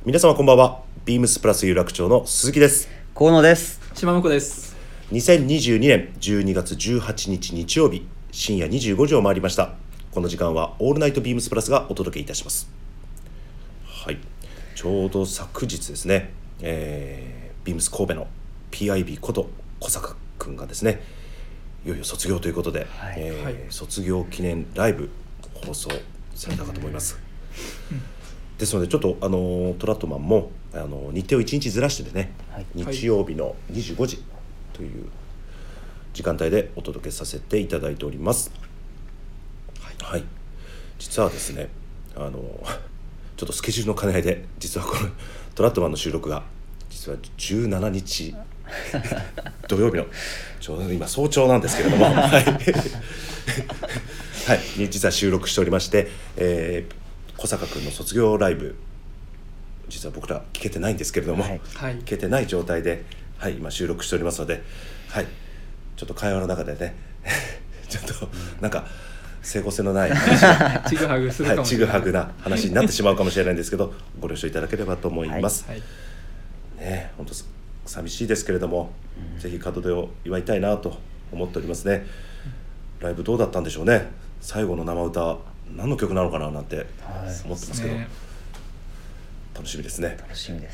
皆様こんばんは。ビームスプラス有楽町の鈴木です。 河野です。 島向です。 2022年12月18日日曜日深夜25時を回りました。この時間はオールナイトビームスプラスがお届けいたします。はい、ちょうど昨日ですね、ビームス神戸の PIB こと小坂くんがですね、いよいよ卒業ということで、卒業記念ライブ放送されたかと思います。ですのでちょっとトラットマンも日程を1日ずらしてでね、日曜日の25時という時間帯でお届けさせていただいております。はい、実はですねちょっとスケジュールの兼ね合いで、実はこのトラットマンの収録が実は17日土曜日のちょうど今早朝なんですけれどもはい、実は収録しておりまして、小坂くんの卒業ライブ実は僕ら聞けてないんですけれども、聞けてない状態で、今収録しておりますので、ちょっと会話の中でねちょっとなんか整合性のない話がちぐはぐするかもしれない、 ちぐはぐな話になってしまうかもしれないんですけどご了承いただければと思います。本当寂しいですけれども、ぜひ門出を祝いたいなと思っておりますね。ライブどうだったんでしょうね。最後の生歌何の曲なのかななんて思ってますけど、楽しみですね。 楽しみです。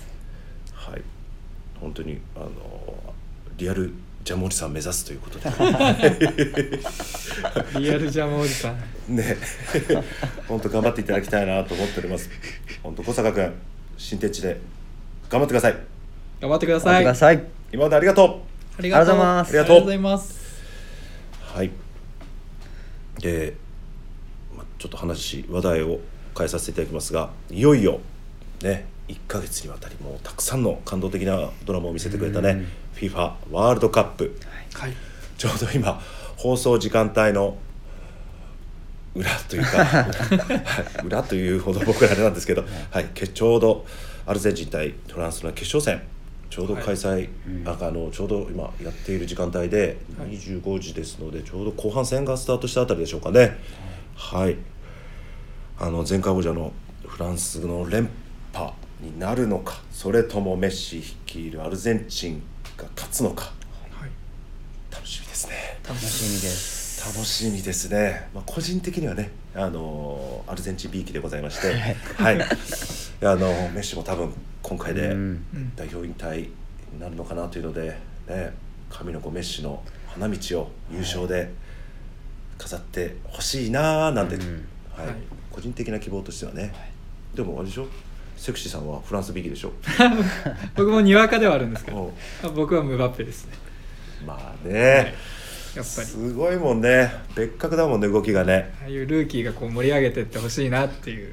本当にリアルジャムおじさん目指すということでリアルジャムおじさんね本当頑張っていただきたいなと思っております。本当小坂くん新天地で頑張ってください。 頑張ってください。 今までありがとう。 ありがとうございます。 ちょっと話題を変えさせていただきますが、いよいよね1ヶ月にわたりもうたくさんの感動的なドラマを見せてくれたね、FIFA ワールドカップ、ちょうど今放送時間帯の裏というか裏というほど僕らあれなんですけど、ちょうどアルゼンチン対フランスの決勝戦ちょうど開催、ちょうど今やっている時間帯で25時ですので、ちょうど後半戦がスタートしたあたりでしょうかね。前回王者のフランスの連覇になるのか、それともメッシ率いるアルゼンチンが勝つのか、楽しみですね。 楽しみです。 個人的にはねアルゼンチンびいきでございましてメッシも多分今回で代表引退になるのかなというので、神の子メッシの花道を優勝で飾ってほしいななんて、個人的な希望としてはね。でもあれでしょ、セクシーさんはフランスびいきでしょ僕もにわかではあるんですけど僕はムバッペですね。やっぱりすごいもんね、別格だもんね、動きがね。 ああいうルーキーがこう盛り上げていってほしいなっていう、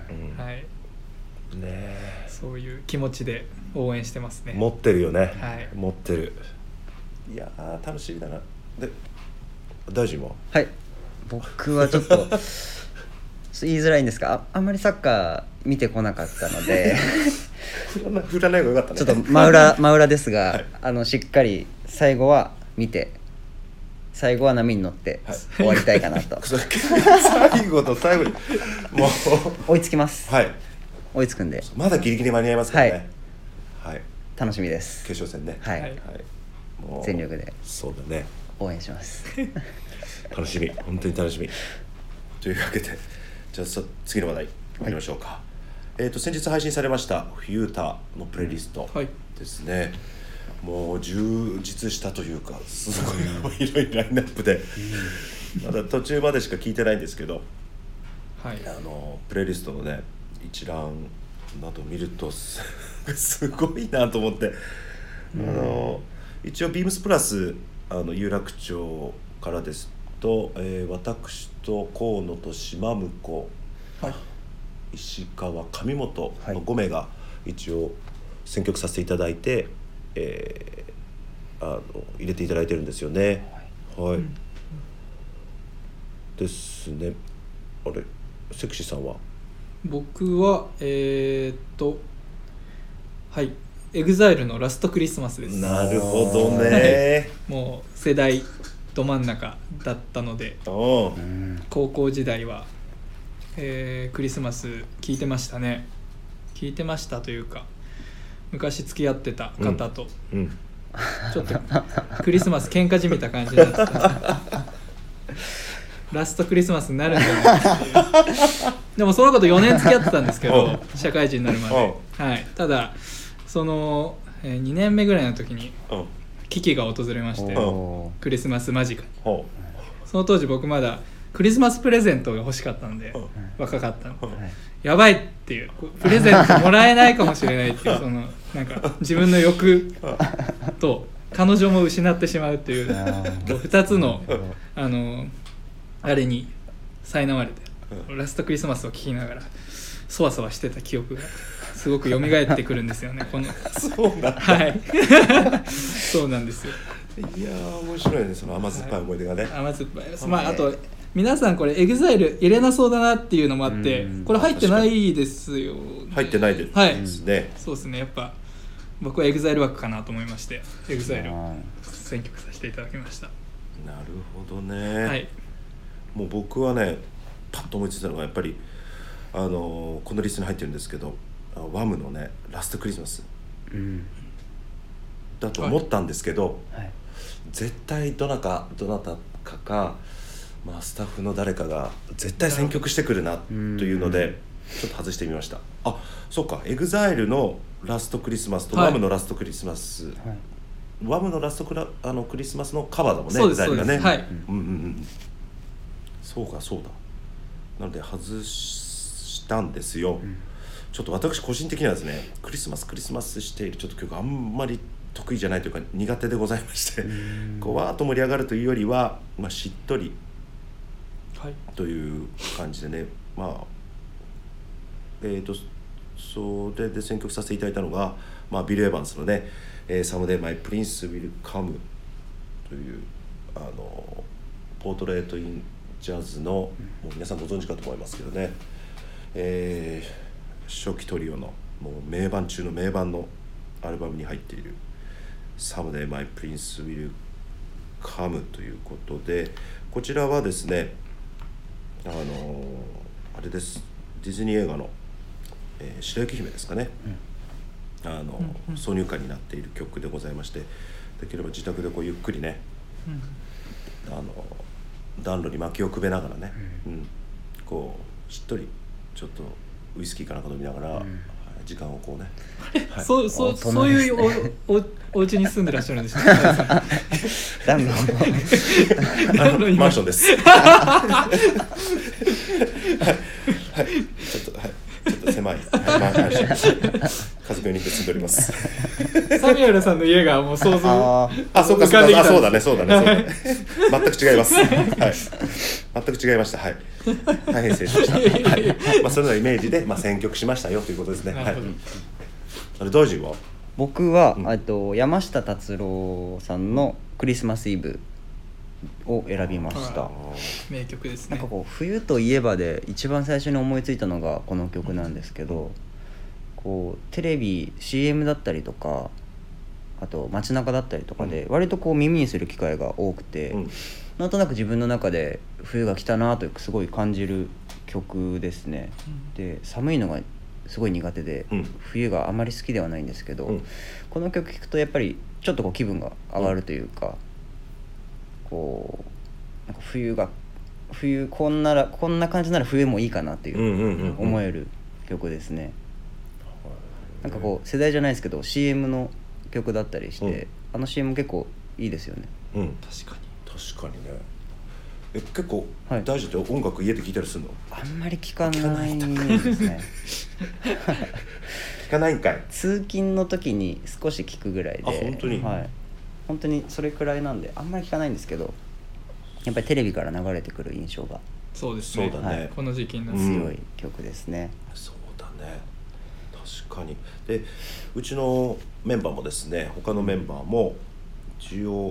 そういう気持ちで応援してますね。 持ってるよね、持ってる。いや楽しみだな。で大臣は僕はちょっと言いづらいんですが、あんまりサッカー見てこなかったので振らない方がよかったね。 ちょっと真裏ですが、しっかり最後は見て、最後は波に乗って終わりたいかなと最後と最後にもう追いつきます。追いつくんでまだギリギリ間に合いますからね。 楽しみです。 決勝戦ね。 もう全力でそうだね、 応援します楽しみ、本当に楽しみというわけで、じゃあ次の話題参りましょうか。先日配信されましたフューターのプレイリストですね、もう充実したというか、すごい広いラインナップで、まだ途中までしか聞いてないんですけど、プレイリストのね一覧など見るとすごいなと思って、一応ビームスプラス有楽町からですと、私と河野と島婿、石川上本の5名が一応選曲させていただいて、入れていただいてるんですよね。ですね。あれセクシーさんは？ 僕はEXILE のラストクリスマスです。 なるほどね。 もう世代ど真ん中だったので、高校時代は、クリスマス聴いてましたね。 聞いてましたというか、昔付き合ってた方と、ちょっとクリスマス喧嘩じみた感じになってたラストクリスマスになるんじゃないかっていうでもその子と4年付き合ってたんですけど社会人になるまで、はい、ただその、2年目ぐらいの時に危機が訪れまして、クリスマス間近に、その当時僕まだクリスマスプレゼントが欲しかったんで、若かったので、やばいっていう、プレゼントもらえないかもしれないっていう、そのなんか自分の欲と彼女も失ってしまうっていう2つのあれに苛まれて、ラストクリスマスを聞きながらそわそわしてた記憶がすごく蘇ってくるんですよね。このそうなんだ。 はいそうなんですよ。 いやー面白いね、その甘酸っぱい思い出がね。 甘酸っぱい、まああと皆さんこれエグザイル入れなそうだなっていうのもあって、これ入ってないですよ、ね、 入ってないですね、はい、 そうですね。やっぱ僕はエグザイル枠かなと思いまして、エグザイル選曲させていただきました。 なるほどね、はい、もう僕はねパッと思いついたのがやっぱりこのリストに入ってるんですけど、ワムのねラストクリスマス、だと思ったんですけど、はい、絶対どなたか、まあ、スタッフの誰かが絶対選曲してくるなというのでちょっと外してみました。あ、そうか、エグザイルのラストクリスマスとワムのラストクリスマス、はい、ワムのラストクリスマスのカバーだもんね、エグザイルがね、はい、そうかそうだ、なので外したんですよ、ちょっと私個人的にはですね、クリスマスしているちょっと曲あんまり得意じゃないというか苦手でございまして、こうわーっと盛り上がるというよりは、まあ、しっとりという感じでね、まあそれで選曲させていただいたのが、まあ、ビル・エヴァンスのね「Someday My Prince Will Come」というポートレート・イン・ジャズの、もう皆さんご存知かと思いますけどね、初期トリオのもう名盤中の名盤のアルバムに入っている「Someday My Prince Will Come」ということで、こちらはですねあれです、ディズニー映画の白雪姫ですかね、挿入歌になっている曲でございまして、できれば自宅でこうゆっくりね、暖炉に薪をくべながらね、こうしっとりちょっとウイスキーかなんか飲みながら、時間をこうね、 はい、そういうお家に住んでらっしゃるんですか暖炉マンションですはい、ちょっと狭い、マンション家族4人で住んでおりますサミュエルさんの家がもう想像そうかそうだね全く違います、はい、全く違いました、はい、大変失礼しました、はい、まあ、それのイメージで、まあ、選曲しましたよということですね。はい、あれ大臣は僕は、山下達郎さんのクリスマスイブを選びました。 名曲ですね。 なんかこう冬といえばで一番最初に思いついたのがこの曲なんですけど、こうテレビ CM だったりとか、あと街中だったりとかで割とこう耳にする機会が多くて、なんとなく自分の中で冬が来たなとすごい感じる曲ですね。で、寒いのがすごい苦手で、冬があまり好きではないんですけど、この曲聴くとやっぱりちょっとこう気分が上がるというか、こうなんか冬こんな感じなら冬もいいかなっていう思える曲ですね。なんかこう世代じゃないですけど CM の曲だったりして、CM 結構いいですよね。 確かにね。結構大事って音楽家で聴いたりするの？ あんまり聞かないんですね聞かないんかい。 通勤の時に少し聞くぐらいで。 本当に？ はい、本当にそれくらいなんであんまり聞かないんですけど、やっぱりテレビから流れてくる印象がそうですね。この時期の強い曲ですね。 そうだね、確かに。で、うちのメンバーもですね、他のメンバーも一応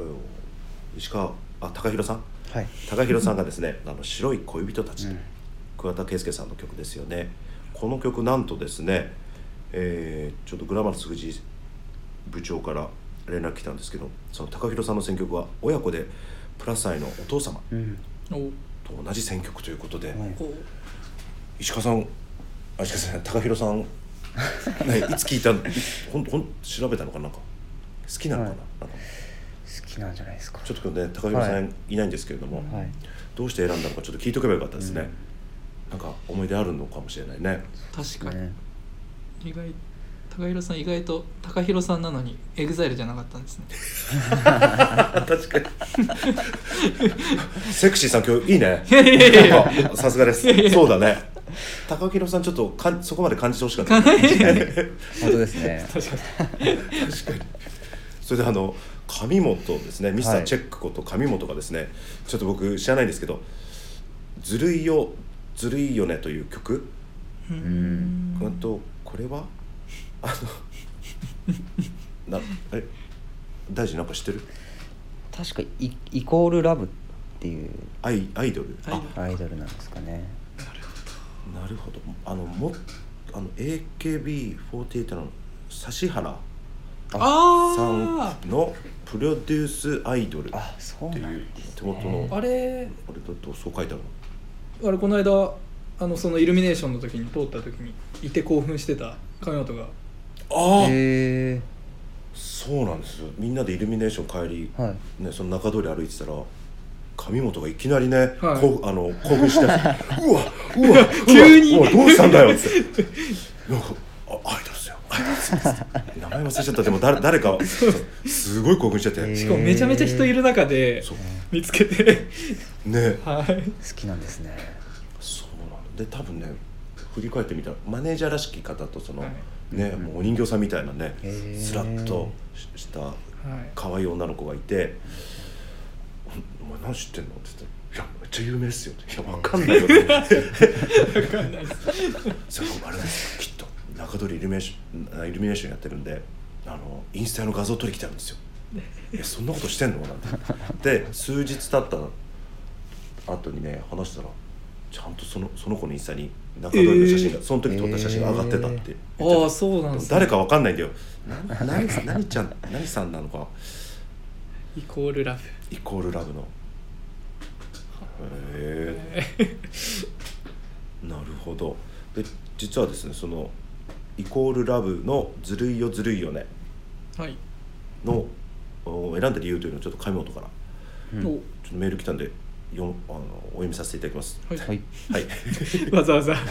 高弘さん、高弘さんがですね白い恋人たち、桑田佳祐さんの曲ですよね。この曲なんとですね、ちょっとグラマラス藤井部長から連絡来たんですけど、その高弘さんの選曲は親子でプラス愛のお父様と同じ選曲ということで、石川さん高弘さんね、いつ聞いたの、調べたのかなんか好きなのかな、 はいなんか好きなんじゃないですか。 ちょっと今日ね高弘さん、 はいいないんですけれども、 はい、 どうして選んだのかちょっと聞いとけばよかったですね、なんか思い出あるのかもしれないね。 確かに、 ね、 意外高弘さん意外と高弘さんなのにエグザイルじゃなかったんですね。 確かにセクシーさん今日いいね。 いやいやいやいやあさすがです。そうだね。高弘さんちょっとそこまで感じてほしかった。 本当ですね。 確かに確かに。それで上本ですね、ミスターチェックこと上本がですね、ちょっと僕知らないんですけど、ずるいよねという曲、これは大臣なんか知ってる？ 確かイコールラブっていうアイドル。 アイドルなんですかね。 なるほど。AKB48 の指原さんのプロデュースアイドルっていう手元のあれだとそう書いてあるの。 あれこの間そのイルミネーションの時に通った時にいて興奮してた上本がそうなんですよ。みんなでイルミネーション帰り、 はいね、その中通り歩いてたら上本がいきなりね、 はい、 興奮してうわ急にどうしたんだよってなんかアイドルですよ名前忘れちゃった。でも誰かすごい興奮してて、 しかもめちゃめちゃ人いる中で見つけてね、 はい、 好きなんですね。 そうなので多分ね振り返ってみたらマネージャーらしき方とその、 はいね、もうお人形さんみたいなねスラッとした可愛い女の子がいて「お前何知ってんの?」って言ったら「いやめっちゃ有名っすよ」って「いや分かんないよ」って分かんないですそれあれですよきっと中通りイルミネーションやってるんでインスタの画像撮り来てあるんですよ。そんなことしてんのなんてで数日経った後にね話したらちゃんとその子のインスタに中通りの写真が、その時撮った写真が上がってたって言ってああそうなんですね。 誰かわかんないんだよ。何さんなのか。 イコールラブのなるほど。で実はですねそのイコールラブのずるいよねはいの選んだ理由というのをちょっと上本からちょっとメール来たんでお読みさせていただきます。 はい、 はい、 わざわざ、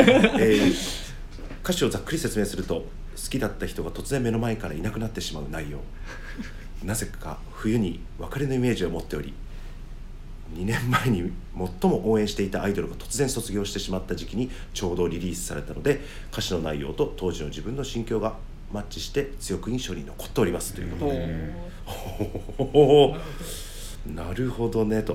歌詞をざっくり説明すると、好きだった人が突然目の前からいなくなってしまう内容。なぜか冬に別れのイメージを持っており、2年前に最も応援していたアイドルが突然卒業してしまった時期にちょうどリリースされたので、歌詞の内容と当時の自分の心境がマッチして強く印象に残っておりますということで、なるほどねと。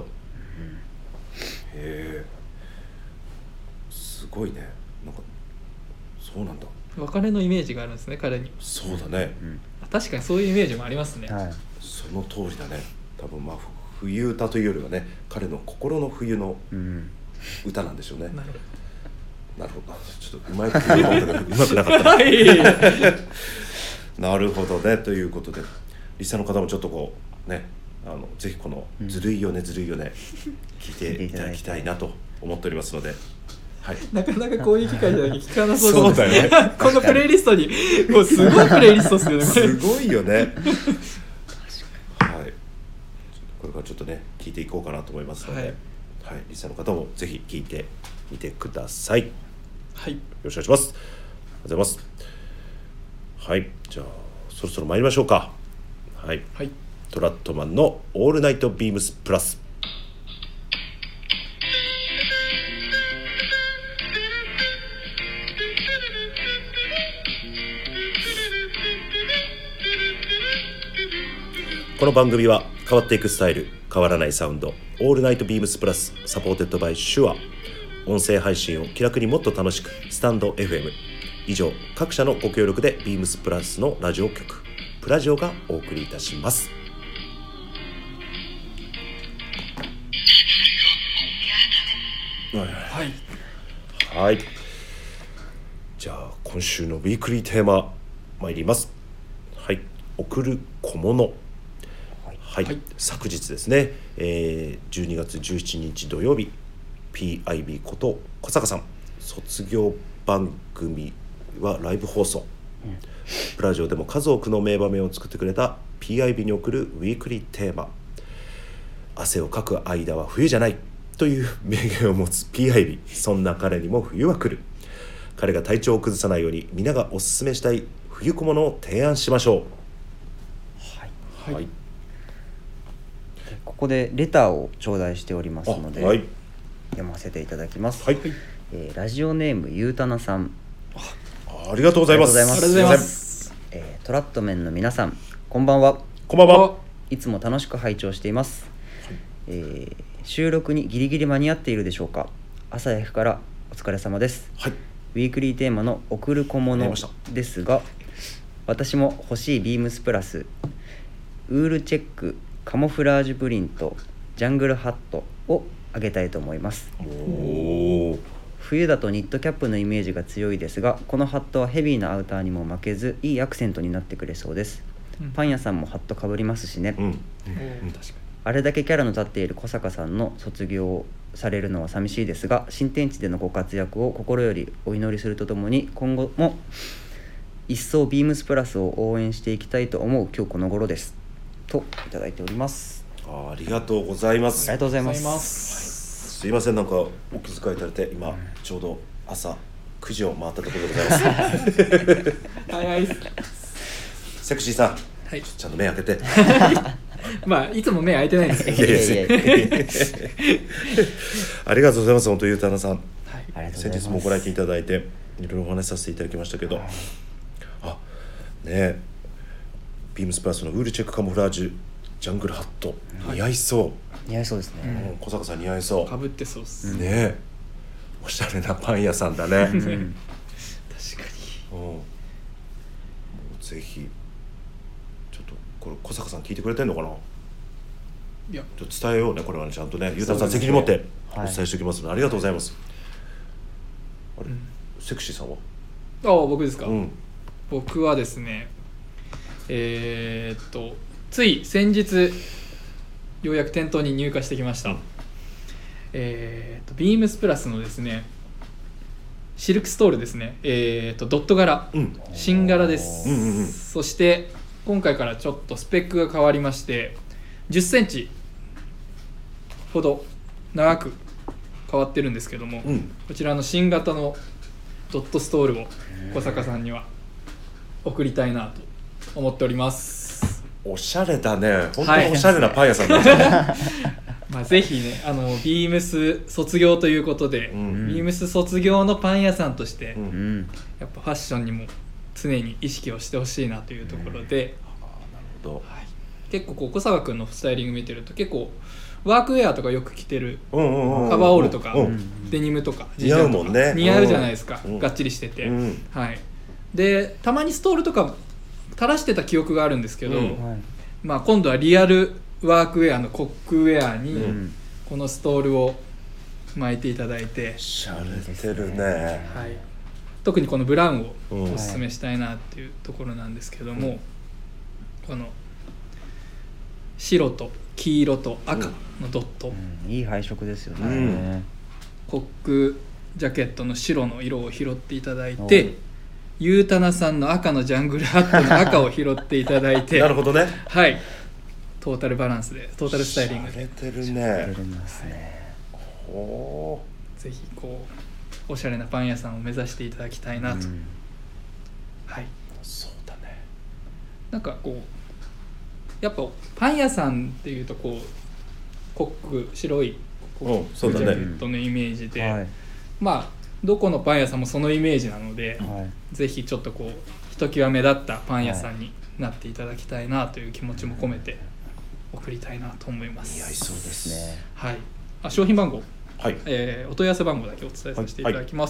すごいね。なんかそうなんだ。 別れのイメージがあるんですね彼に。 そうだね、 確かにそういうイメージもありますね、 はい、 その通りだね。多分冬歌というよりはね彼の心の冬の歌なんでしょうね。なるほど。ちょっとうまいこと言おうと思ったけどうまくなかったなるほどね。ということでリスナーの方もちょっとこうねぜひこのずるいよね聞いていただきたいなと思っておりますので、はい、なかなかこういう機会じゃなきゃ聞かなそうですね。 このプレイリストにもうすごいプレイリストですよね。 すごいよね。はい、これからちょっとね聞いていこうかなと思いますので、はい、リスナーの方もぜひ聞いてみてください。 はい、 よろしくお願いします。ありがとうございます。はい、じゃあそろそろ参りましょうか。はい、トラットマンのオールナイトビームスプラス。この番組は変わっていくスタイル、変わらないサウンド、オールナイトビームスプラスサポーテッドバイシュア。音声配信を気楽にもっと楽しく、スタンド FM。以上各社のご協力でビームスプラスのラジオ局プラジオがお送りいたします。はい、じゃあ今週のウィークリーテーマ参ります。はい、贈る小物。はい、昨日ですね、12月17日土曜日 PIB こと小坂さん卒業番組はライブ放送、プラジオでも数多くの名場面を作ってくれた PIB に送るウィークリーテーマ、汗をかく間は冬じゃないという名言を持つ PIB。 そんな彼にも冬は来る。彼が体調を崩さないように皆がおすすめしたい冬小物を提案しましょう。はい、 ここでレターを頂戴しておりますので、 はい、 読ませていただきます。 はい、 ラジオネームゆうたなさん、 ありがとうございます。 ありがとうございます。 トラットメンの皆さん、こんばんは。 こんばんは。 いつも楽しく拝聴しています。収録にギリギリ間に合っているでしょうか。朝早くからお疲れ様です。 はい、 ウィークリーテーマの送る小物ですが、私も欲しいビームスプラスウールチェックカモフラージュプリントジャングルハットをあげたいと思います。冬だとニットキャップのイメージが強いですが、このハットはヘビーなアウターにも負けずいいアクセントになってくれそうです。パン屋さんもハットかぶりますしね。 確かに。 あれだけキャラの立っている小坂さんの卒業をされるのは寂しいですが、新天地でのご活躍を心よりお祈りするとともに、今後も一層ビームスプラスを応援していきたいと思う今日この頃ですといただいております。 ありがとうございます。 ありがとうございまありがとうございます。 すいません、なんかお気遣いいただいて、今ちょうど朝9時を回ったところでございます早いっす。 セクシーさん、 はい。 ちゃんと目開けてまあいつも目開いてないんですけど。 いやいやありがとうございます。本当ゆうたなさん、 はい。 ありがとうございます。 先日もご来店いただいていろいろお話しさせていただきましたけど、あねえ、ビームスプラスのウールチェックカモフラージュジャングルハット、似合いそう、 似合いそうですね。 小坂さん似合いそうかぶってそうっす。 ねえ、おしゃれなパン屋さんだね、 確かに。 もうぜひちょっとこれ小坂さん聞いてくれてんのかな。 いや、 ちょっと伝えようね、これはね、ちゃんとね、ゆうたさん責任持ってお伝えしておきますので、ありがとうございます。あれ、セクシーさんは？ あ、僕ですか。僕はですね、つい先日ようやく店頭に入荷してきました。ビームスプラスのですね、シルクストールですね、ドット柄、新柄です。そして今回からちょっとスペックが変わりまして、10センチほど長く変わってるんですけども、こちらの新型のドットストールを小坂さんには送りたいなと思っております。 おしゃれだね、本当におしゃれなパン屋さんだね、 まあぜひね、ビームス卒業ということで、ビームス卒業のパン屋さんとして、やっぱファッションにも常に意識をしてほしいなというところで、 なるほど、 結構こう小坂君のスタイリング見てると結構ワークウェアとかよく着てる、カカババーオールとか、デニムとか似合うもんね、 似合うじゃないですか、がっちりしてて、はい。でたまにストールとか垂らしてた記憶があるんですけど、まあ、今度はリアルワークウェアのコックウェアにこのストールを巻いていただいて、 しゃれてるね、 はい、特にこのブラウンをおすすめしたいなっていうところなんですけども、この白と黄色と赤のドット、 いい配色ですよね、 コックジャケットの白の色を拾っていただいて、ゆうたなさんの赤のジャングルハットの赤を拾っていただいてなるほどね、 はい、トータルバランスで、トータルスタイリングでしゃれてるね、 ぜひこうおしゃれなパン屋さんを目指していただきたいなと、はい、 そうだね。 なんかこうやっぱパン屋さんっていうとこうコック白いコックジャケットのイメージで、まあどこのパン屋さんもそのイメージなので、ぜひちょっとこうひときわ目立ったパン屋さんになっていただきたいなという気持ちも込めて送りたいなと思います。 似合いそうですね。 はい。商品番号、 はい、 お問い合わせ番号だけお伝えさせていただきます。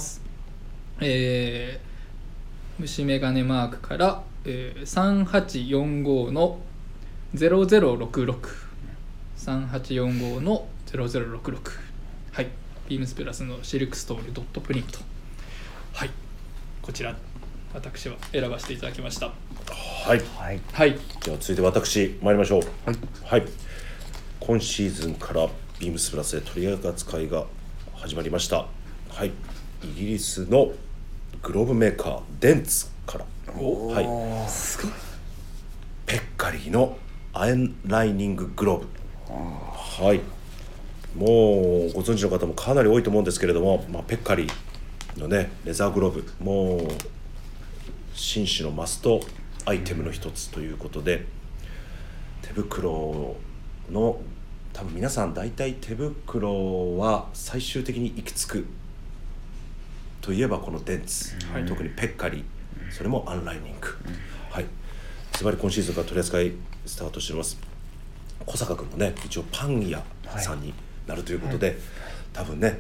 虫眼鏡マークから、3845の0066 3845の0066、はい、ビームスプラスのシルクストールドットプリント、はい、こちら私は選ばせていただきました。 はい、 はい、 では続いて私参りましょう。はい、今シーズンからビームスプラスで取り扱いが始まりました。はい、イギリスのグローブメーカーデンツから、 おはい、 すごい。 ペッカリーのアイライニンググローブ、はい、もうご存知の方もかなり多いと思うんですけれども、ペッカリーのねレザーグローブ、もう紳士のマストアイテムの一つということで、手袋の多分皆さん大体手袋は最終的に行き着くといえばこのデンツ、 はい、 特にペッカリー、それもアンライニング、はい、ズバリ今シーズンから取り扱いスタートしております。小坂君もね一応パン屋さんになるということで、はい、多分ね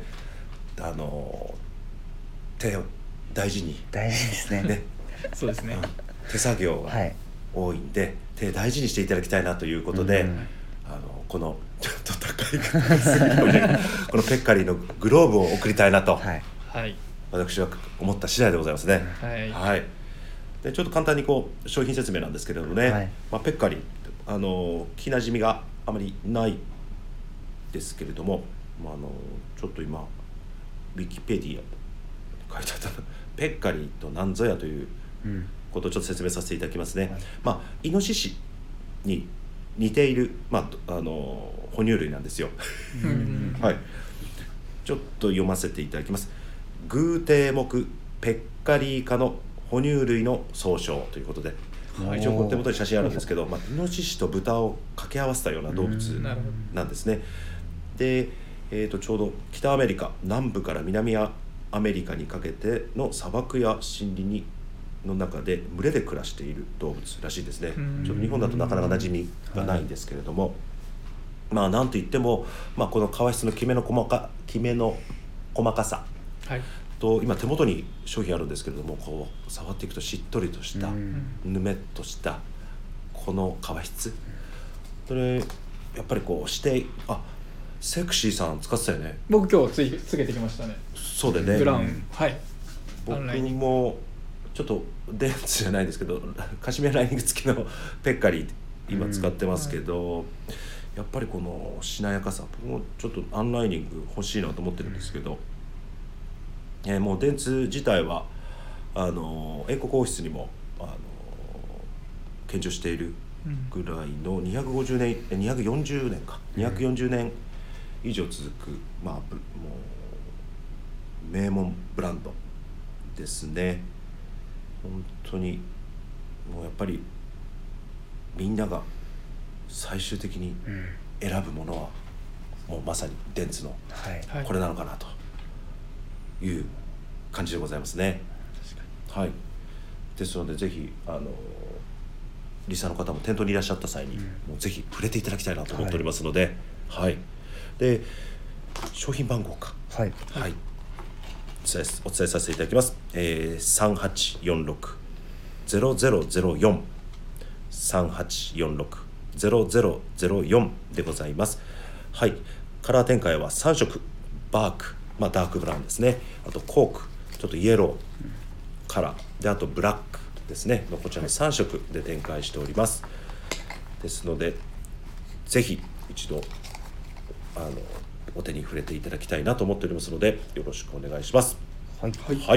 手を大事ですねそうですね、 手作業が多いんで、手大事にしていただきたいなということで、このちょっと高いこのペッカリーのグローブを送りたいなと、 はい、 私は思った次第でございますね。 はいはい、でちょっと簡単にこう商品説明なんですけれどもね、はい、ペッカリー聞きなじみがあまりないですけれども、ちょっと今ウィキペディア書いてあったペッカリーと何ぞやということをちょっと説明させていただきますね。はい、イノシシに似ている、哺乳類なんですよ。はい、ちょっと読ませていただきます。偶蹄目ペッカリー科の哺乳類の総称ということで、一応手元に写真あるんですけど、イノシシと豚を掛け合わせたような動物なんですね。で、ちょうど北アメリカ南部から南アメリカにかけての砂漠や森林の中で群れで暮らしている動物らしいですね。ちょっと日本だとなかなか馴染みがないんですけれども、なんといっても、この革質のきめの細かさ、はい、と今手元に商品あるんですけれども、こう触っていくとしっとりとしたぬめっとしたこの革質、それやっぱりこうしてセクシーさん使ってたよね。 僕今日つけてきましたね。 そうでね、 ブラウン、はい、 僕もちょっとデンツじゃないんですけどカシミヤライニング付きのペッカリー今使ってますけど、やっぱりこのしなやかさ、僕もちょっとアンライニング欲しいなと思ってるんですけど、もう電通自体は英国王室にも献上しているぐらいの240年以上続く、もう名門ブランドですね。本当にもうやっぱりみんなが最終的に選ぶものはもうまさにデンツのこれなのかなという感じでございますね。はい、ですのでぜひリスナーの方も店頭にいらっしゃった際に、もうぜひ触れていただきたいなと思っておりますので、はい、で商品番号か、はい、はい、お伝えさせていただきます。3846-0004 3846-0004でございます。はい、カラー展開は3色、バーク、ダークブラウンですね、あとコーク、ちょっとイエローカラーで、あとブラックですね、こちらの3色で展開しております。ですのでぜひ一度お手に触れていただきたいなと思っておりますので、よろしくお願いします。 はい、 はい、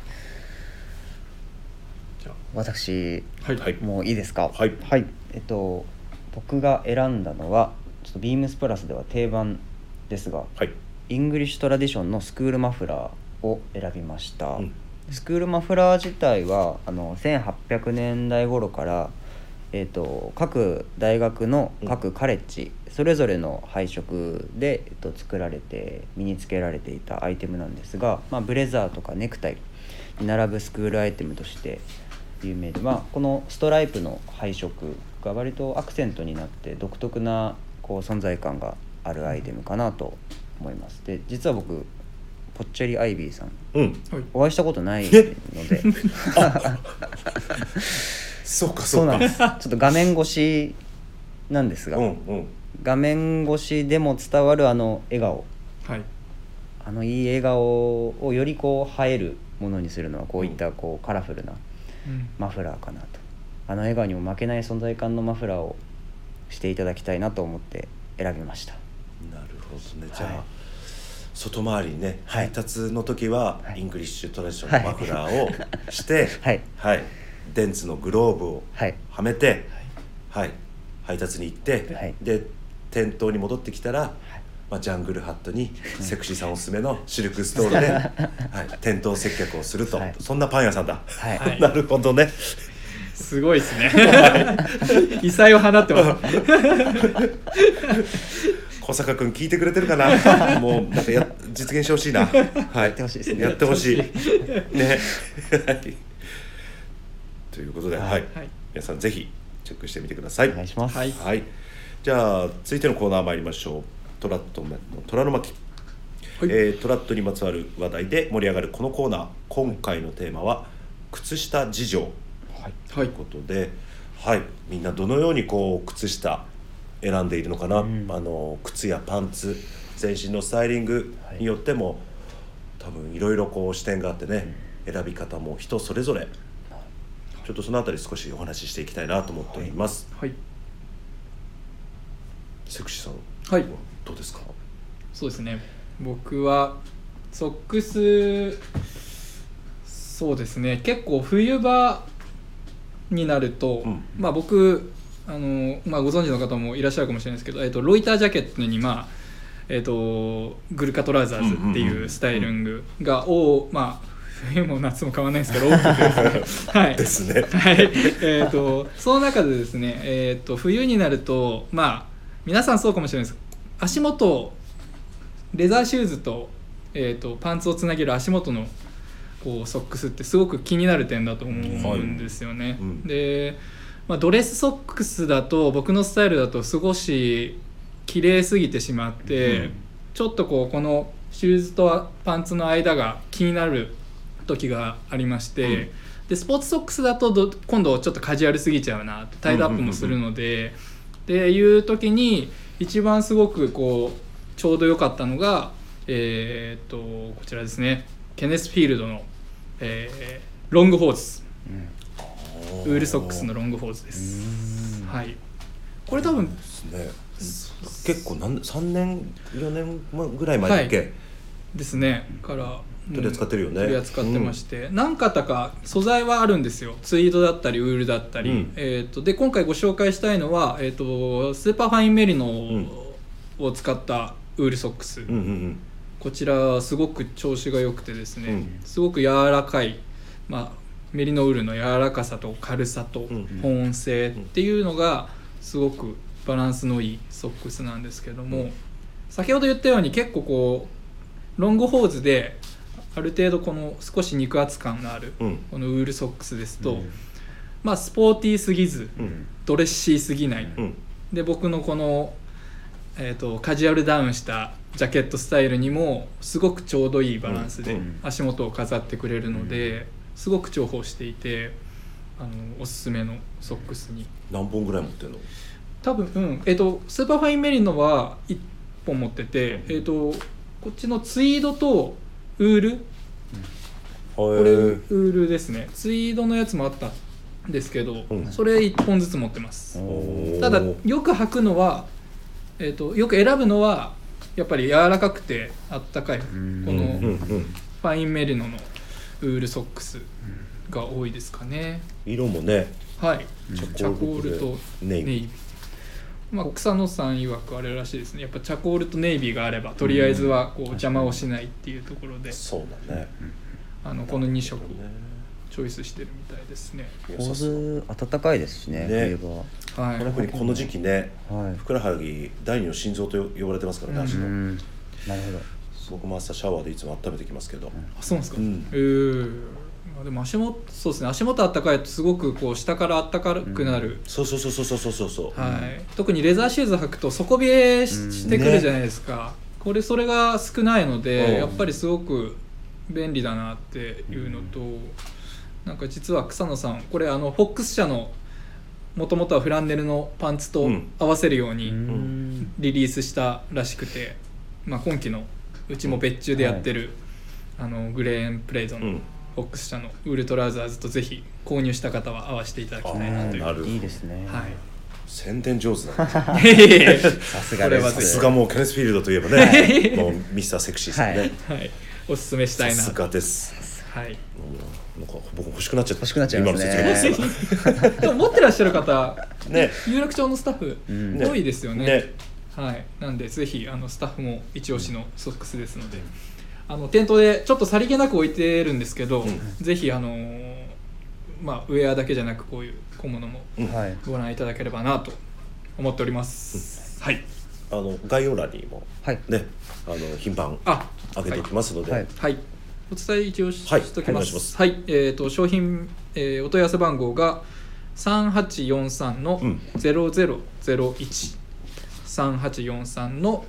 じゃあ私、 はい、 もういいですか。 はい、 はい、僕が選んだのはちょっとビームスプラスでは定番ですが、はい、イングリッシュトラディションのスクールマフラーを選びました。スクールマフラー自体は1800年代頃から、各大学の各カレッジ、それぞれの配色で、作られて身につけられていたアイテムなんですが、ブレザーとかネクタイに並ぶスクールアイテムとして有名で、このストライプの配色が割とアクセントになって独特な存在感があるアイテムかなと思います。で、実は僕ぽっちゃりアイビーさん、お会いしたことないのでそうなんです。ちょっと画面越しなんですが、画面越しでも伝わる笑顔、はい、いい笑顔をより映えるものにするのはこういったカラフルなマフラーかなと、笑顔にも負けない存在感のマフラーをしていただきたいなと思って選びました。 なるほどね。じゃあ、 外回りにね、 はい配達の時ははいイングリッシュトラディションのマフラーをして、 はいはい、デンツのグローブをはいはめて、はい、配達に行って、 はいで店頭に戻ってきたら、まあ、ジャングルハットにセクシーさんおすすめのシルクストールで、はい、店頭接客をすると、 はいそんなパン屋さんだ、 はいはいなるほどね。 すごいですね異彩を放ってます小坂君聞いてくれてるかなもうなんか実現してほしいな、はい、やってほしいですねやってほしいねはいということで、はいはい皆さんぜひチェックしてみてください。 お願いします。 はいはい、じゃあ続いてのコーナー参りましょう。トラットの虎の巻、 はいトラットにまつわる話題で盛り上がるこのコーナー、今回のテーマは靴下事情ということで、はい、みんなどのようにこう靴下選んでいるのかな、靴やパンツ全身のスタイリングによっても、多分いろいろこう視点があってね、選び方も人それぞれ、ちょっとそのあたり少しお話ししていきたいなと思っております。 はいセクシーさん、 はいどうですか？ そうですね、僕はソックス、そうですね、結構冬場になると、まあ僕まあ、ご存知の方もいらっしゃるかもしれないですけど、ロイタージャケットに、まあグルカトラウザーズっていうスタイリングがまあ冬も夏も変わらないんですけど多くてですねはいですねはいその中でですね、冬になると、まあ皆さんそうかもしれないです。足元レザーシューズと、パンツをつなげる足元のこうソックスってすごく気になる点だと思うんですよね。で、まあ、ドレスソックスだと僕のスタイルだと少し綺麗すぎてしまって、ちょっとこのシューズとパンツの間が気になる時がありまして、でスポーツソックスだと今度ちょっとカジュアルすぎちゃうな、タイドアップもするので、っていう時に一番すごくちょうど良かったのが、こちらですね、ケネスフィールドの、ロングホーズ、ウールソックスのロングホーズです。はい、これ多分ですね、結構3年4年ぐらい前だっけ、はい、 ですねから取り扱ってるよね。 取り扱ってまして、何型か素材はあるんですよ。ツイードだったりウールだったり、で今回ご紹介したいのは、スーパーファインメリノを使ったウールソックス、こちらすごく調子が良くてですね、すごく柔らかい、まあ、メリノウールの柔らかさと軽さと保温性っていうのがすごくバランスのいいソックスなんですけども、先ほど言ったように結構ロングホーズである程度少し肉厚感のあるこのウールソックスですと、まあスポーティーすぎず、ドレッシーすぎない、で僕のカジュアルダウンしたジャケットスタイルにもすごくちょうどいいバランスで足元を飾ってくれるので、すごく重宝していて、おすすめのソックスに。 何本ぐらい持ってるの？ 多分、スーパーファインメリノは1本持ってて、こっちのツイードとウール、これウールですね。ツイードのやつもあったんですけど、それ1本ずつ持ってます。ただよく履くのは、よく選ぶのはやっぱり柔らかくてあったかいこのファインメリノのウールソックスが多いですかね。 色もね、 はい、チャコールとネイビー、まあ、草野さん曰くあれらしいですね。やっぱチャコールとネイビーがあればとりあえずは邪魔をしないっていうところで、 そうだね、 この2色チョイスしてるみたいですね。 構図暖かいですしね、冬場は。 はい、 特にこの時期ね、ふくらはぎ第二の心臓と呼ばれてますからね、足の。 なるほど。 僕も朝シャワーでいつも温めてきますけど。 あ、そうなんですか。でもそうですね、足元あったかいとすごく下からあったかくなる、 そう、 はい、特にレザーシューズ履くと底冷えしてくるじゃないですか、それが少ないので、やっぱりすごく便利だなっていうのと、なんか実は草野さんこれフォックス社のもともとはフランネルのパンツと合わせるようにリリースしたらしくて、まあ、今期のうちも別注でやってる、グレーンプレイドのフォックス社のウールトラウザーズとぜひ購入した方は合わせていただきたいなという。 いいですね。 はい、 宣伝上手だねさすがです。 これはさすがもうケネスフィールドといえばねもうミスターセクシーさんね、 はい、おすすめしたいなさすがです。 はいなんか僕欲しくなっちゃった。 欲しくなっちゃいますね今の説明ですでも持ってらっしゃる方ね有楽町のスタッフん多いですよね、 ねはい、なんでぜひスタッフも一押しのソックスですので、店頭でちょっとさりげなく置いてるんですけど、ぜひまあ、ウェアだけじゃなくこういう小物もはい。 ご覧いただければなと思っております、はい概要欄にもはい。 ね品番あ上げておきますので、 はいはいお伝え一応しはいときます。 お願いしますはい、商品、お問い合わせ番号が3843の0001、3843の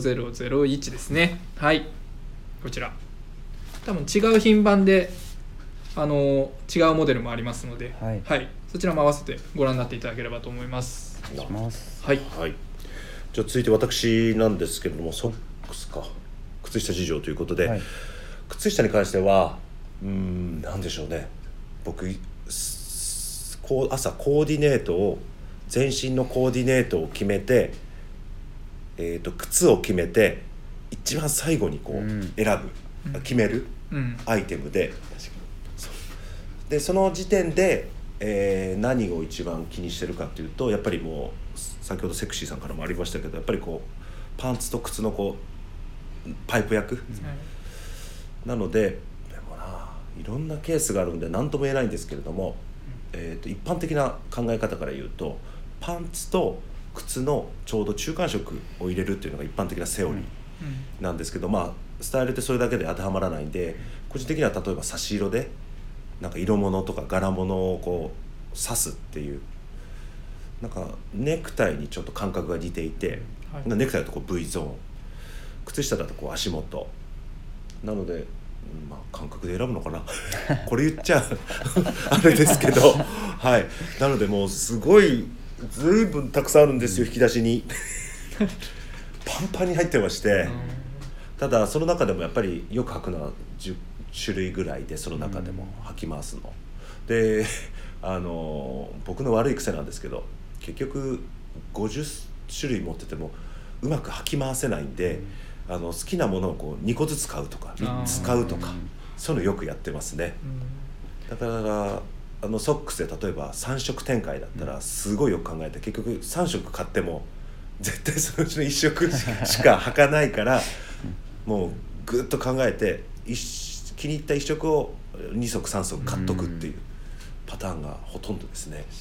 0001ですね。はい、こちら。多分違う品番で違うモデルもありますので、 はいそちらも合わせてご覧になっていただければと思います。 お願いします。 はい、 はい、じゃあ続いて私なんですけれども、ソックスか靴下事情ということで、 はい。 靴下に関してはなんでしょうね、僕朝コーディネートを全身のコーディネートを決めて、靴を決めて一番最後にこう、選ぶ、決めるアイテムで、その時点で、何を一番気にしてるかというと、やっぱりもう先ほどセクシーさんからもありましたけど、やっぱりこうパンツと靴のこうパイプ役、なので、でもないろんなケースがあるんで何とも言えないんですけれども、一般的な考え方から言うと、パンツと靴のちょうど中間色を入れるっていうのが一般的なセオリーなんですけど、スタイルってそれだけで当てはまらないんで、個人的には例えば差し色でなんか色物とか柄物をこう刺すっていう、なんかネクタイにちょっと感覚が似ていて、ネクタイだとこう V ゾーン、靴下だとこう足元なので、感覚で選ぶのかなこれ言っちゃあれですけどはい、なのでもうすごい随分たくさんあるんですよ、引き出しにパンパンに入ってまして、ただその中でもやっぱりよく履くのは10種類ぐらいで、その中でも履き回すので、僕の悪い癖なんですけど、結局50種類持っててもうまく履き回せないんで、好きなものをこう2個ずつ買うとか3つ買うとか、そういうのよくやってますね。だからソックスで例えば3色展開だったらすごいよく考えて、結局3色買っても絶対そのうちの1色しか履かないからもうぐっと考えて気に入った1色を2足3足買っとくっていうパターンがほとんどですね。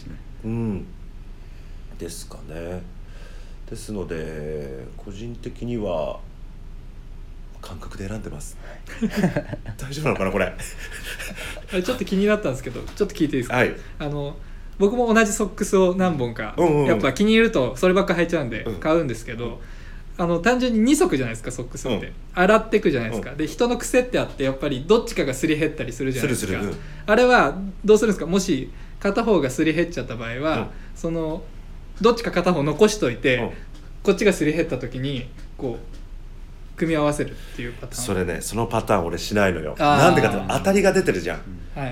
ですかね。ですので個人的には感覚で選んでます大丈夫なのかなこれちょっと気になったんですけど、ちょっと聞いていいですか。 はい、 僕も同じソックスを何本か、やっぱ気に入るとそればっか履いちゃうんで買うんですけど、単純に2足じゃないですかソックスって、洗っていくじゃないですか、で人の癖ってあって、やっぱりどっちかがすり減ったりするじゃないですか。あれはどうするんですか。もし片方がすり減っちゃった場合は、そのどっちか片方残しといて、こっちがすり減った時にこう組み合わせるっていうパターン。 それね、そのパターン俺しないのよ。なんでかって当たりが出てるじゃん、 はい、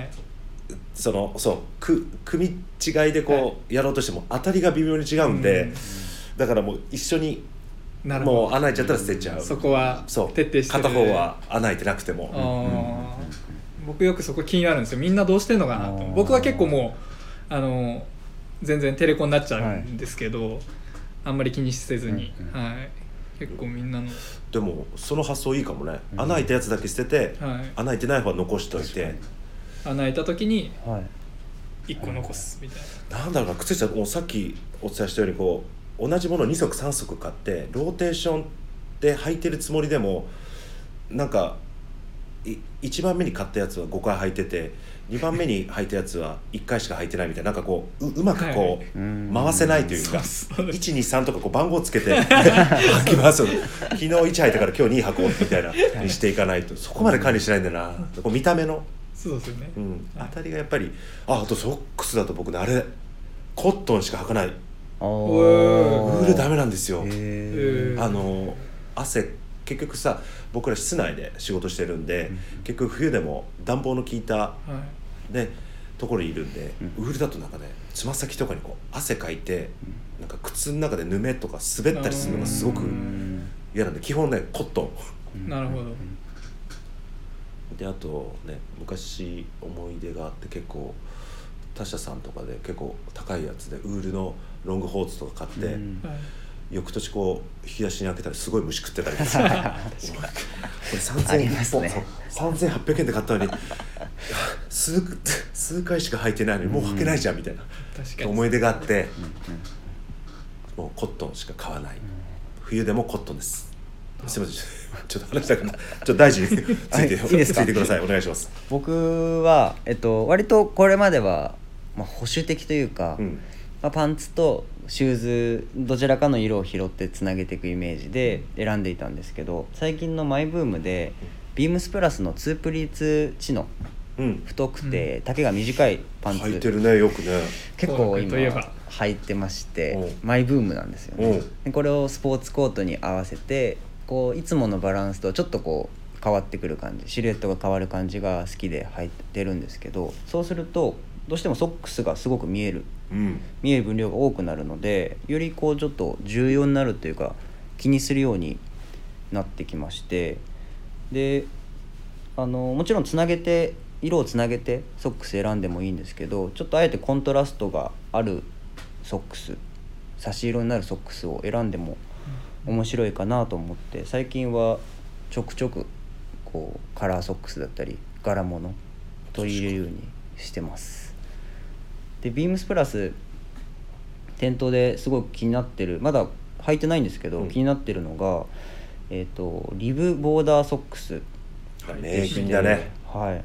組み違いでこうやろうとしても当たりが微妙に違うんで、だからもう一緒にもう穴開いちゃったら捨てちゃう。 そこは徹底してる。 片方は穴開いてなくても、 僕よくそこ気になるんですよ。みんなどうしてんのかなと。僕は結構もう全然テレコになっちゃうんですけど、あんまり気にせずに、結構みんなの。 でもその発想いいかもね、穴開いたやつだけ捨てて、穴開いてない方は残しといて、 穴開いた時に1個残すみたいな。 なんだろうな、靴下もうさっきお伝えしたようにこう同じものを2足3足買ってローテーションで履いてるつもりでも、なんか1番目に買ったやつは5回履いてて、2番目に履いたやつは1回しか履いてないみたいな、なんかこう うまくこう回せないというか、123とかこう番号つけて履きますよ昨日1履いたから今日2履こうみたいなにしていかないと、そこまで管理しないんだよな。こう見た目のそうですよね、 当たりがやっぱり。あとソックスだと僕ね、あれコットンしか履かない。ウールダメなんですよ。汗結局さ、僕ら室内で仕事してるんで、結局冬でも暖房の効いた、でところにいるんで、ウールだとなんかねつま先とかにこう汗かいて、なんか靴の中でぬめとか滑ったりするのがすごく嫌なんで、基本ねコットンなるほど。 で、あとね昔思い出があって、結構他社さんとかで結構高いやつでウールのロングホーツとか買って、 はい翌年こう引き出しに開けたらすごい虫食ってたりするこれあ 3000円、 りますね 3800円で買ったのに数回しか履いてないのにもう履けないじゃんみたいな確かに思い出があって、もうコットンしか買わない、冬でもコットンです。すみません、ちょっと話したくない、ちょっと大事についていいですかついてください。お願いします。 僕は、割とこれまでは、保守的というか、パンツとシューズどちらかの色を拾ってつなげていくイメージで選んでいたんですけど、最近のマイブームでビームスプラスのツープリーツチノ、太くて丈が短いパンツ、 履いてるね、よくね。 結構今といえば履いてまして、マイブームなんですよね。でこれをスポーツコートに合わせて、こういつものバランスとちょっとこう変わってくる感じ、シルエットが変わる感じが好きで履いてるんですけど、そうするとどうしてもソックスがすごく見える分量が多くなるので、よりこうちょっと重要になるというか気にするようになってきまして、でもちろん色をつなげてソックス選んでもいいんですけど、ちょっとあえてコントラストがあるソックス、差し色になるソックスを選んでも面白いかなと思って、最近はちょくちょくこうカラーソックスだったり柄物取り入れるようにしてます。でビームスプラス店頭ですごく気になってる、まだ履いてないんですけど、気になってるのが、リブボーダーソックス名品だね。 はい、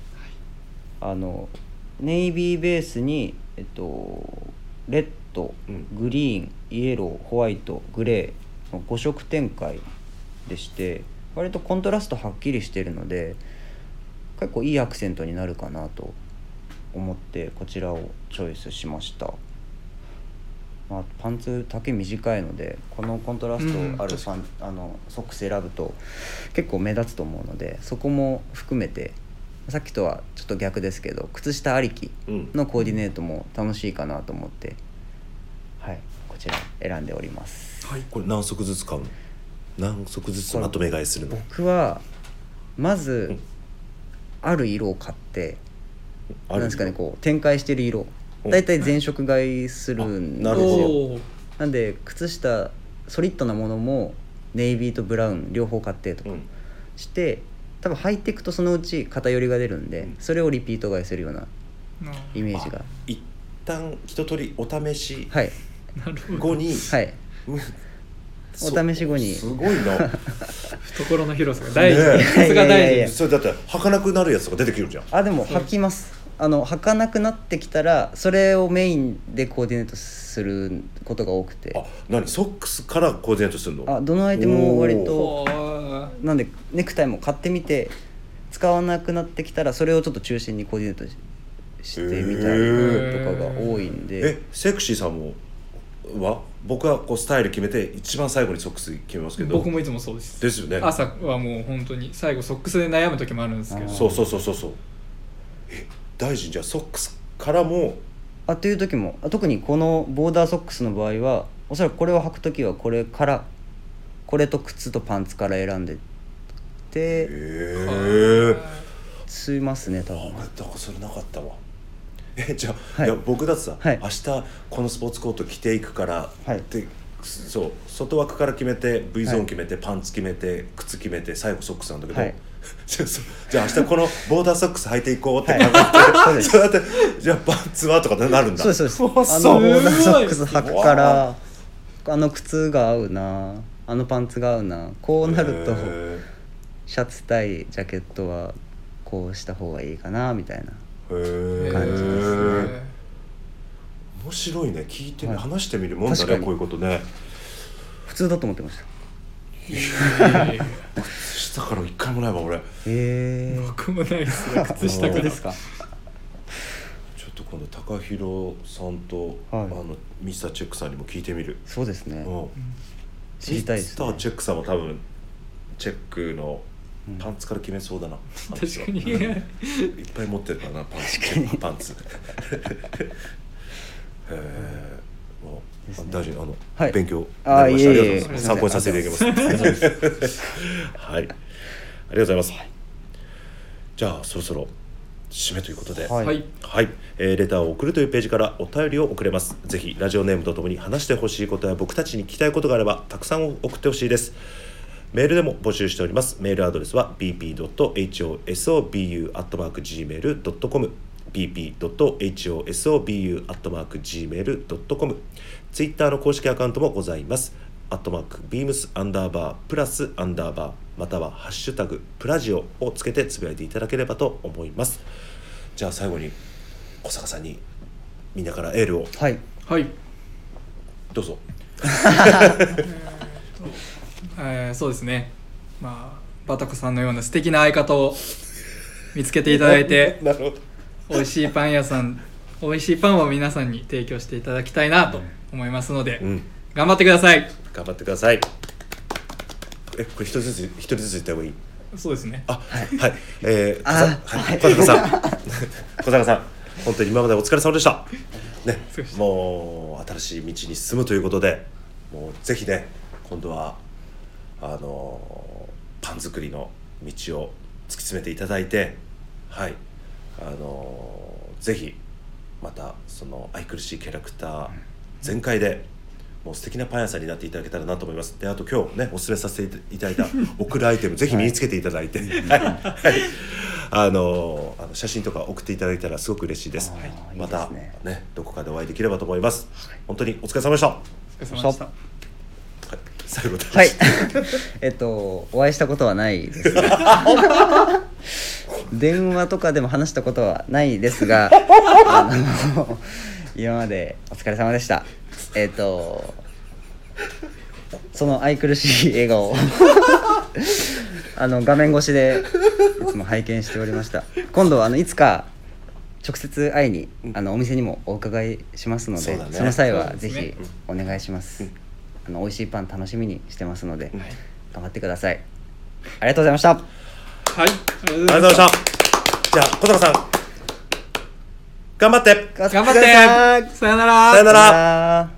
ネイビーベースに、レッド、グリーン、イエロー、ホワイト、グレーの5色展開でして、割とコントラストはっきりしているので結構いいアクセントになるかなと思ってこちらをチョイスしました。パンツ丈短いのでこのコントラストあるソックス選ぶと結構目立つと思うので、そこも含めてさっきとはちょっと逆ですけど靴下ありきのコーディネートも楽しいかなと思って、こちら選んでおります。 これ何足ずつ買うの？何足ずつまとめ買いするの？ 僕はまずある色を買って、なんですかね、こう展開してる色だいたい全色買いするんですよ。なんで靴下ソリッドなものもネイビーとブラウン両方買ってとかして、多分履いていくとそのうち偏りが出るんで、それをリピート買いするようなイメージが。 一旦一通りお試し後に、 お試し後にすごいな懐の広さが大事、さすが大事。 それだって履かなくなるやつとか出てくるじゃん。 でも履きます。履かなくなってきたらそれをメインでコーディネートすることが多くて。 何ソックスからコーディネートするの？ どのアイテムも割となんでネクタイも買ってみて使わなくなってきたらそれをちょっと中心にコーディネートしてみたりとかが多いんで。 セクシーさんも僕はこうスタイル決めて一番最後にソックス決めますけど。 僕もいつもそうです。 ですよね。 朝はもう本当に最後ソックスで悩む時もあるんですけど。 そう大臣じゃあソックスからもという時も、特にこのボーダーソックスの場合はおそらくこれを履く時はこれと靴とパンツから選んでてしますね多分。 だからそれなかったわ。じゃあ、いや僕だってさ、明日このスポーツコート着ていくからって、そう外枠から決めて V ゾーン決めて、パンツ決めて靴決めて最後ソックスなんだけど、じゃあ明日このボーダーソックス履いていこうって考えてそうやってじゃあパンツはとかなるんだ。 そうですボーダーソックス履くから靴が合うな、パンツが合うな、こうなるとシャツ対ジャケットはこうした方がいいかなみたいな感じですね。 面白いね。聞いてね、話してみるもんだね、こういうことね。 普通だと思ってました。 靴下から一回もないわ俺。 僕もないですね、靴下からですか。 ちょっと今度高弘さんと、ミスターチェックさんにも聞いてみる。 そうですね、知りたいですね。 ミスターチェックさんも多分チェックのパンツから決めそうだな。パンツは確かにいっぱい持ってるからな、パンツもう大臣はい勉強にあなりました。ありがとうございいえいえます。参考にさせていただきます。はい、ありがとうございます。じゃあそろそろ締めということで、 はいはいレターを送るというページからお便りを送れます。ぜひラジオネームとともに話してほしいことや僕たちに聞きたいことがあればたくさん送ってほしいです。メールでも募集しております。メールアドレスは bp.hosobu@gmail.com bp.hosobu@gmail.com ツイッターの公式アカウントもございます。@beams_+_ またはハッシュタグプラジオをつけてつぶやいていただければと思います。じゃあ最後に小坂さんにみんなからエールをはいはいどうぞ。 そうですね、まあバタコさんのような素敵な相方を見つけていただいてなるほど。 美味しいパン屋さん、美味しいパンを皆さんに提供していただきたいなと思いますので、頑張ってください。 頑張ってください。これ一人ずつ言った方がいい。 そうですね。 はい。小坂さん小坂さん本当に今までお疲れ様でしたね。もう新しい道に進むということで、もうぜひね今度はパン作りの道を突き詰めていただいて、はいぜひまたその愛くるしいキャラクター全開でもう素敵なパン屋さんになっていただけたらなと思います。であと今日ねおすすめさせていただいた送るアイテムぜひ身につけていただいて、写真とか送っていただいたらすごく嬉しいです。またねどこかでお会いできればと思います。本当にお疲れ様でした。 お疲れ様でした。 最後はいお会いしたことはないですが電話とかでも話したことはないですが今までお疲れ様でした。その愛くるしい笑顔を画面越しでいつも拝見しておりました。今度いつか直接会いにお店にもお伺いしますので、 その際はぜひお願いします。美味しいパン楽しみにしてますので、頑張ってください。ありがとうございました。 はい、ありありがとうございました。じゃあ小坂さん頑張って頑張って、さよなら。 さよなら。